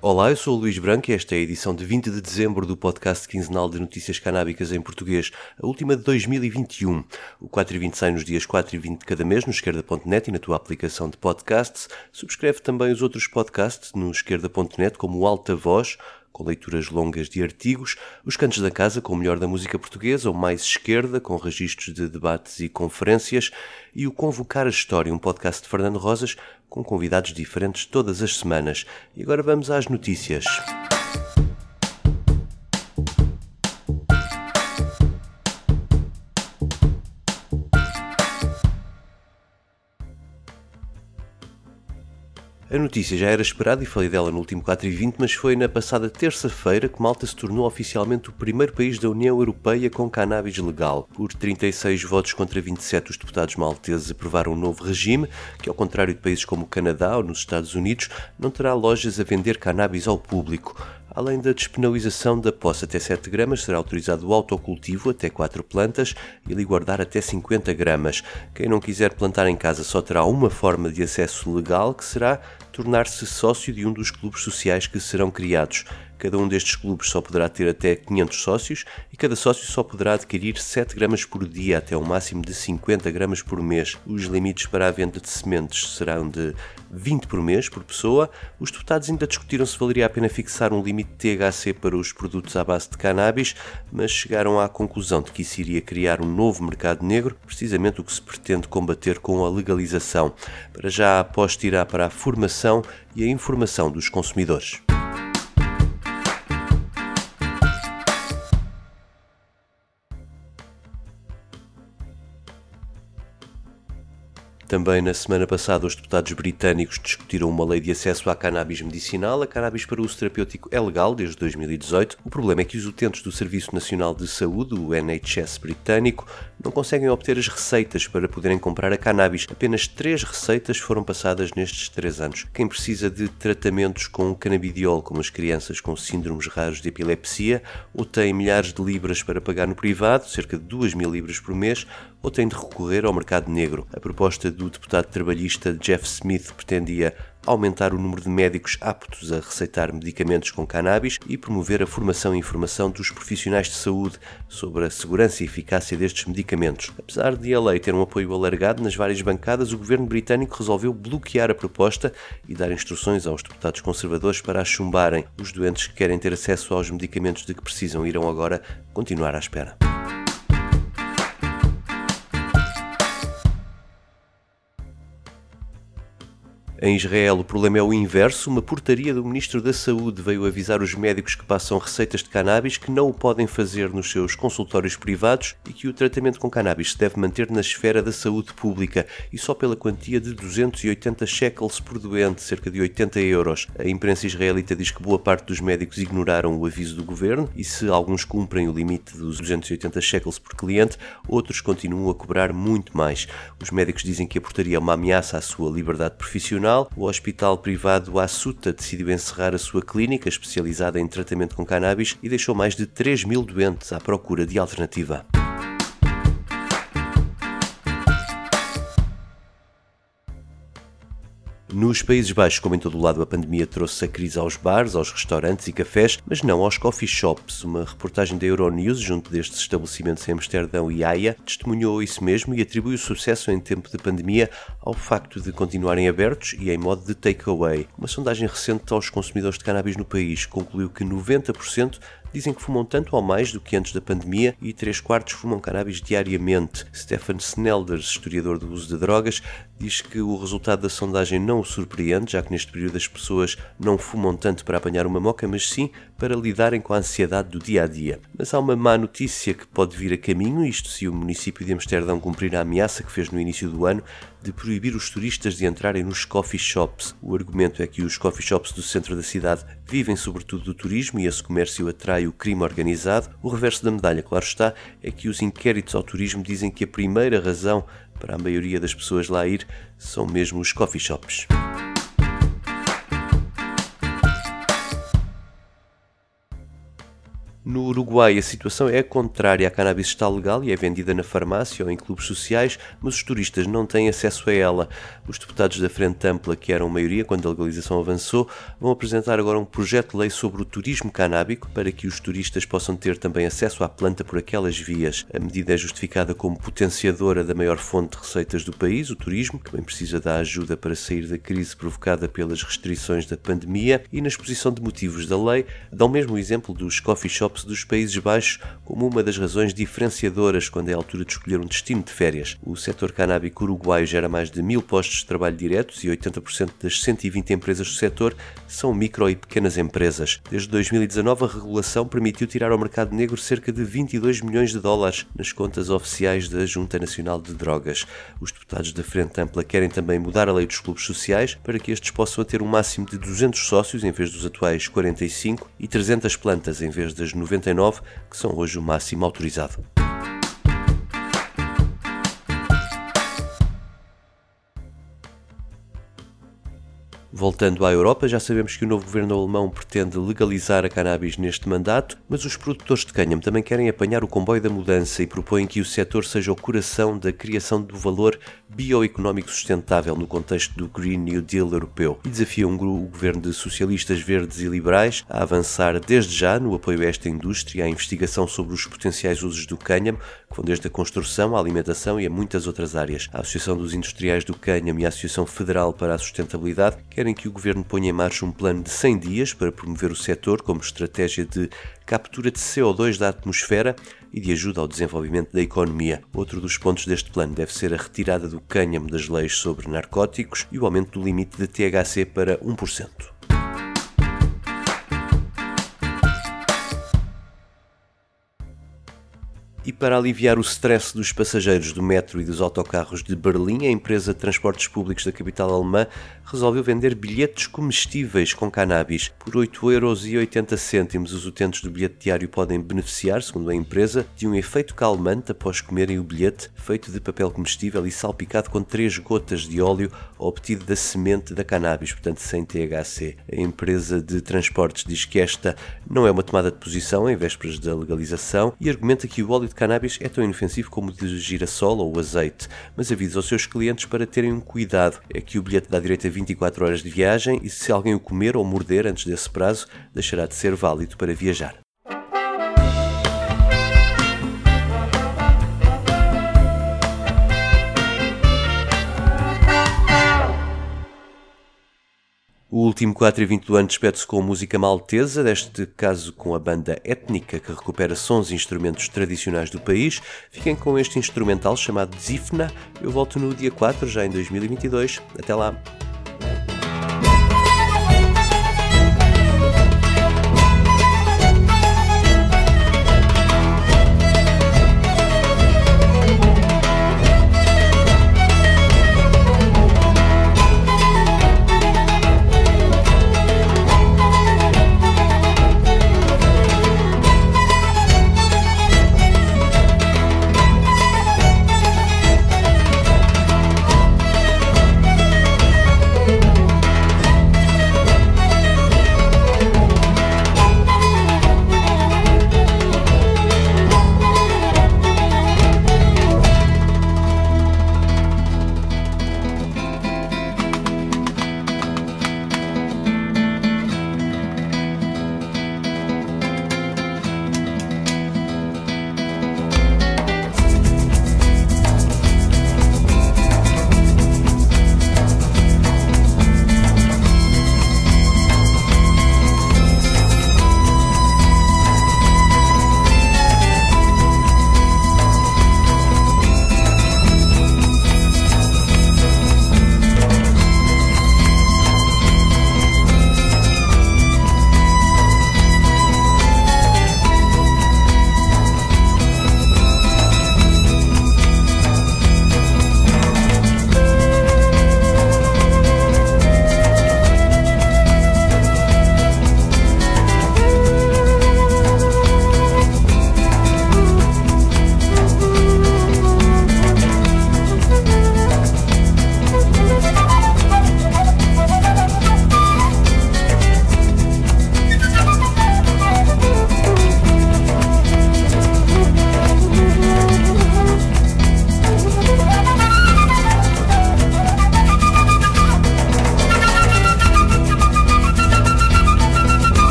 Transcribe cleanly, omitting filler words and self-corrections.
Olá, eu sou o Luís Branco e esta é a edição de 20 de dezembro do podcast quinzenal de notícias canábicas em português, a última de 2021. O 4h20 sai nos dias 4 e 20 de cada mês no esquerda.net e na tua aplicação de podcasts. Subscreve também os outros podcasts no esquerda.net, como o Alta Voz, com leituras longas de artigos, Os Cantos da Casa, com o melhor da música portuguesa, o Mais Esquerda, com registros de debates e conferências, e o Convocar a História, um podcast de Fernando Rosas, com convidados diferentes todas as semanas. E agora vamos às notícias. A notícia já era esperada e falei dela no último 4h20, mas foi na passada terça-feira que Malta se tornou oficialmente o primeiro país da União Europeia com cannabis legal. Por 36 votos contra 27, os deputados malteses aprovaram um novo regime, que ao contrário de países como o Canadá ou nos Estados Unidos, não terá lojas a vender cannabis ao público. Além da despenalização da posse até 7 gramas, será autorizado o autocultivo até 4 plantas e ali guardar até 50 gramas. Quem não quiser plantar em casa só terá uma forma de acesso legal, que será tornar-se sócio de um dos clubes sociais que serão criados. Cada um destes clubes só poderá ter até 500 sócios e cada sócio só poderá adquirir 7 gramas por dia até um máximo de 50 gramas por mês. Os limites para a venda de sementes serão de 20 por mês por pessoa. Os deputados ainda discutiram se valeria a pena fixar um limite de THC para os produtos à base de cannabis, mas chegaram à conclusão de que isso iria criar um novo mercado negro, precisamente o que se pretende combater com a legalização. Para já, a aposta irá para a formação e a informação dos consumidores. Também na semana passada os deputados britânicos discutiram uma lei de acesso à cannabis medicinal. A cannabis para uso terapêutico é legal desde 2018. O problema é que os utentes do Serviço Nacional de Saúde, o NHS britânico, não conseguem obter as receitas para poderem comprar a cannabis. Apenas 3 receitas foram passadas nestes 3 anos. Quem precisa de tratamentos com canabidiol, como as crianças com síndromes raros de epilepsia, ou tem milhares de libras para pagar no privado, cerca de 2.000 libras por mês, ou tem de recorrer ao mercado negro. A proposta do deputado trabalhista Jeff Smith pretendia aumentar o número de médicos aptos a receitar medicamentos com cannabis e promover a formação e informação dos profissionais de saúde sobre a segurança e eficácia destes medicamentos. Apesar de a lei ter um apoio alargado nas várias bancadas, o governo britânico resolveu bloquear a proposta e dar instruções aos deputados conservadores para a chumbarem. Os doentes que querem ter acesso aos medicamentos de que precisam irão agora continuar à espera. Em Israel, o problema é o inverso. Uma portaria do Ministro da Saúde veio avisar os médicos que passam receitas de cannabis que não o podem fazer nos seus consultórios privados e que o tratamento com cannabis se deve manter na esfera da saúde pública e só pela quantia de 280 shekels por doente, cerca de 80 euros. A imprensa israelita diz que boa parte dos médicos ignoraram o aviso do governo e se alguns cumprem o limite dos 280 shekels por cliente, outros continuam a cobrar muito mais. Os médicos dizem que a portaria é uma ameaça à sua liberdade profissional. O hospital privado Assuta decidiu encerrar a sua clínica especializada em tratamento com cannabis e deixou mais de 3.000 doentes à procura de alternativa. Nos Países Baixos, como em todo o lado, a pandemia trouxe a crise aos bares, aos restaurantes e cafés, mas não aos coffee shops. Uma reportagem da Euronews, junto destes estabelecimentos em Amsterdão e Haia, testemunhou isso mesmo e atribui o sucesso em tempo de pandemia ao facto de continuarem abertos e em modo de takeaway. Uma sondagem recente aos consumidores de cannabis no país concluiu que 90% dizem que fumam tanto ou mais do que antes da pandemia e 3/4 fumam cannabis diariamente. Stefan Snelders, historiador do uso de drogas, diz que o resultado da sondagem não o surpreende, já que neste período as pessoas não fumam tanto para apanhar uma moca, mas sim para lidarem com a ansiedade do dia-a-dia. Mas há uma má notícia que pode vir a caminho, isto se o município de Amsterdão cumprir a ameaça que fez no início do ano de proibir os turistas de entrarem nos coffee shops. O argumento é que os coffee shops do centro da cidade vivem sobretudo do turismo e esse comércio atrai o crime organizado. O reverso da medalha, claro está, é que os inquéritos ao turismo dizem que a primeira razão para a maioria das pessoas lá ir são mesmo os coffee shops. No Uruguai, a situação é contrária. A cannabis está legal e é vendida na farmácia ou em clubes sociais, mas os turistas não têm acesso a ela. Os deputados da Frente Ampla, que eram maioria quando a legalização avançou, vão apresentar agora um projeto de lei sobre o turismo canábico para que os turistas possam ter também acesso à planta por aquelas vias. A medida é justificada como potenciadora da maior fonte de receitas do país, o turismo, que bem precisa da ajuda para sair da crise provocada pelas restrições da pandemia, e na exposição de motivos da lei, dão mesmo o exemplo dos coffee shops dos Países Baixos como uma das razões diferenciadoras quando é a altura de escolher um destino de férias. O setor canábico uruguaio gera mais de 1000 postos de trabalho diretos e 80% das 120 empresas do setor são micro e pequenas empresas. Desde 2019, a regulação permitiu tirar ao mercado negro cerca de 22 milhões de dólares nas contas oficiais da Junta Nacional de Drogas. Os deputados da Frente Ampla querem também mudar a lei dos clubes sociais para que estes possam ter um máximo de 200 sócios em vez dos atuais 45 e 300 plantas em vez das 99, que são hoje o máximo autorizado. Voltando à Europa, já sabemos que o novo governo alemão pretende legalizar a cannabis neste mandato, mas os produtores de cânhamo também querem apanhar o comboio da mudança e propõem que o setor seja o coração da criação do valor bioeconómico sustentável no contexto do Green New Deal europeu e desafiam o governo de socialistas, verdes e liberais a avançar desde já no apoio a esta indústria e à investigação sobre os potenciais usos do cânhamo, que vão desde a construção, à alimentação e a muitas outras áreas. A Associação dos Industriais do Cânhamo e a Associação Federal para a Sustentabilidade querem que o governo ponha em marcha um plano de 100 dias para promover o setor como estratégia de captura de CO2 da atmosfera e de ajuda ao desenvolvimento da economia. Outro dos pontos deste plano deve ser a retirada do cânhamo das leis sobre narcóticos e o aumento do limite de THC para 1%. E para aliviar o stress dos passageiros do metro e dos autocarros de Berlim, a empresa de transportes públicos da capital alemã resolveu vender bilhetes comestíveis com cannabis. Por 8,80€, os utentes do bilhete diário podem beneficiar, segundo a empresa, de um efeito calmante após comerem o bilhete, feito de papel comestível e salpicado com 3 gotas de óleo obtido da semente da cannabis, portanto sem THC. A empresa de transportes diz que esta não é uma tomada de posição em vésperas da legalização e argumenta que o óleo de cannabis é tão inofensivo como o de girassol ou o azeite, mas avisa aos seus clientes para terem um cuidado. É que o bilhete dá direito a 24 horas de viagem e se alguém o comer ou morder antes desse prazo, deixará de ser válido para viajar. O último 4h20 do ano despede-se com música maltesa, deste caso com a banda Étnica, que recupera sons e instrumentos tradicionais do país. Fiquem com este instrumental chamado Zifna. Eu volto no dia 4, já em 2022. Até lá!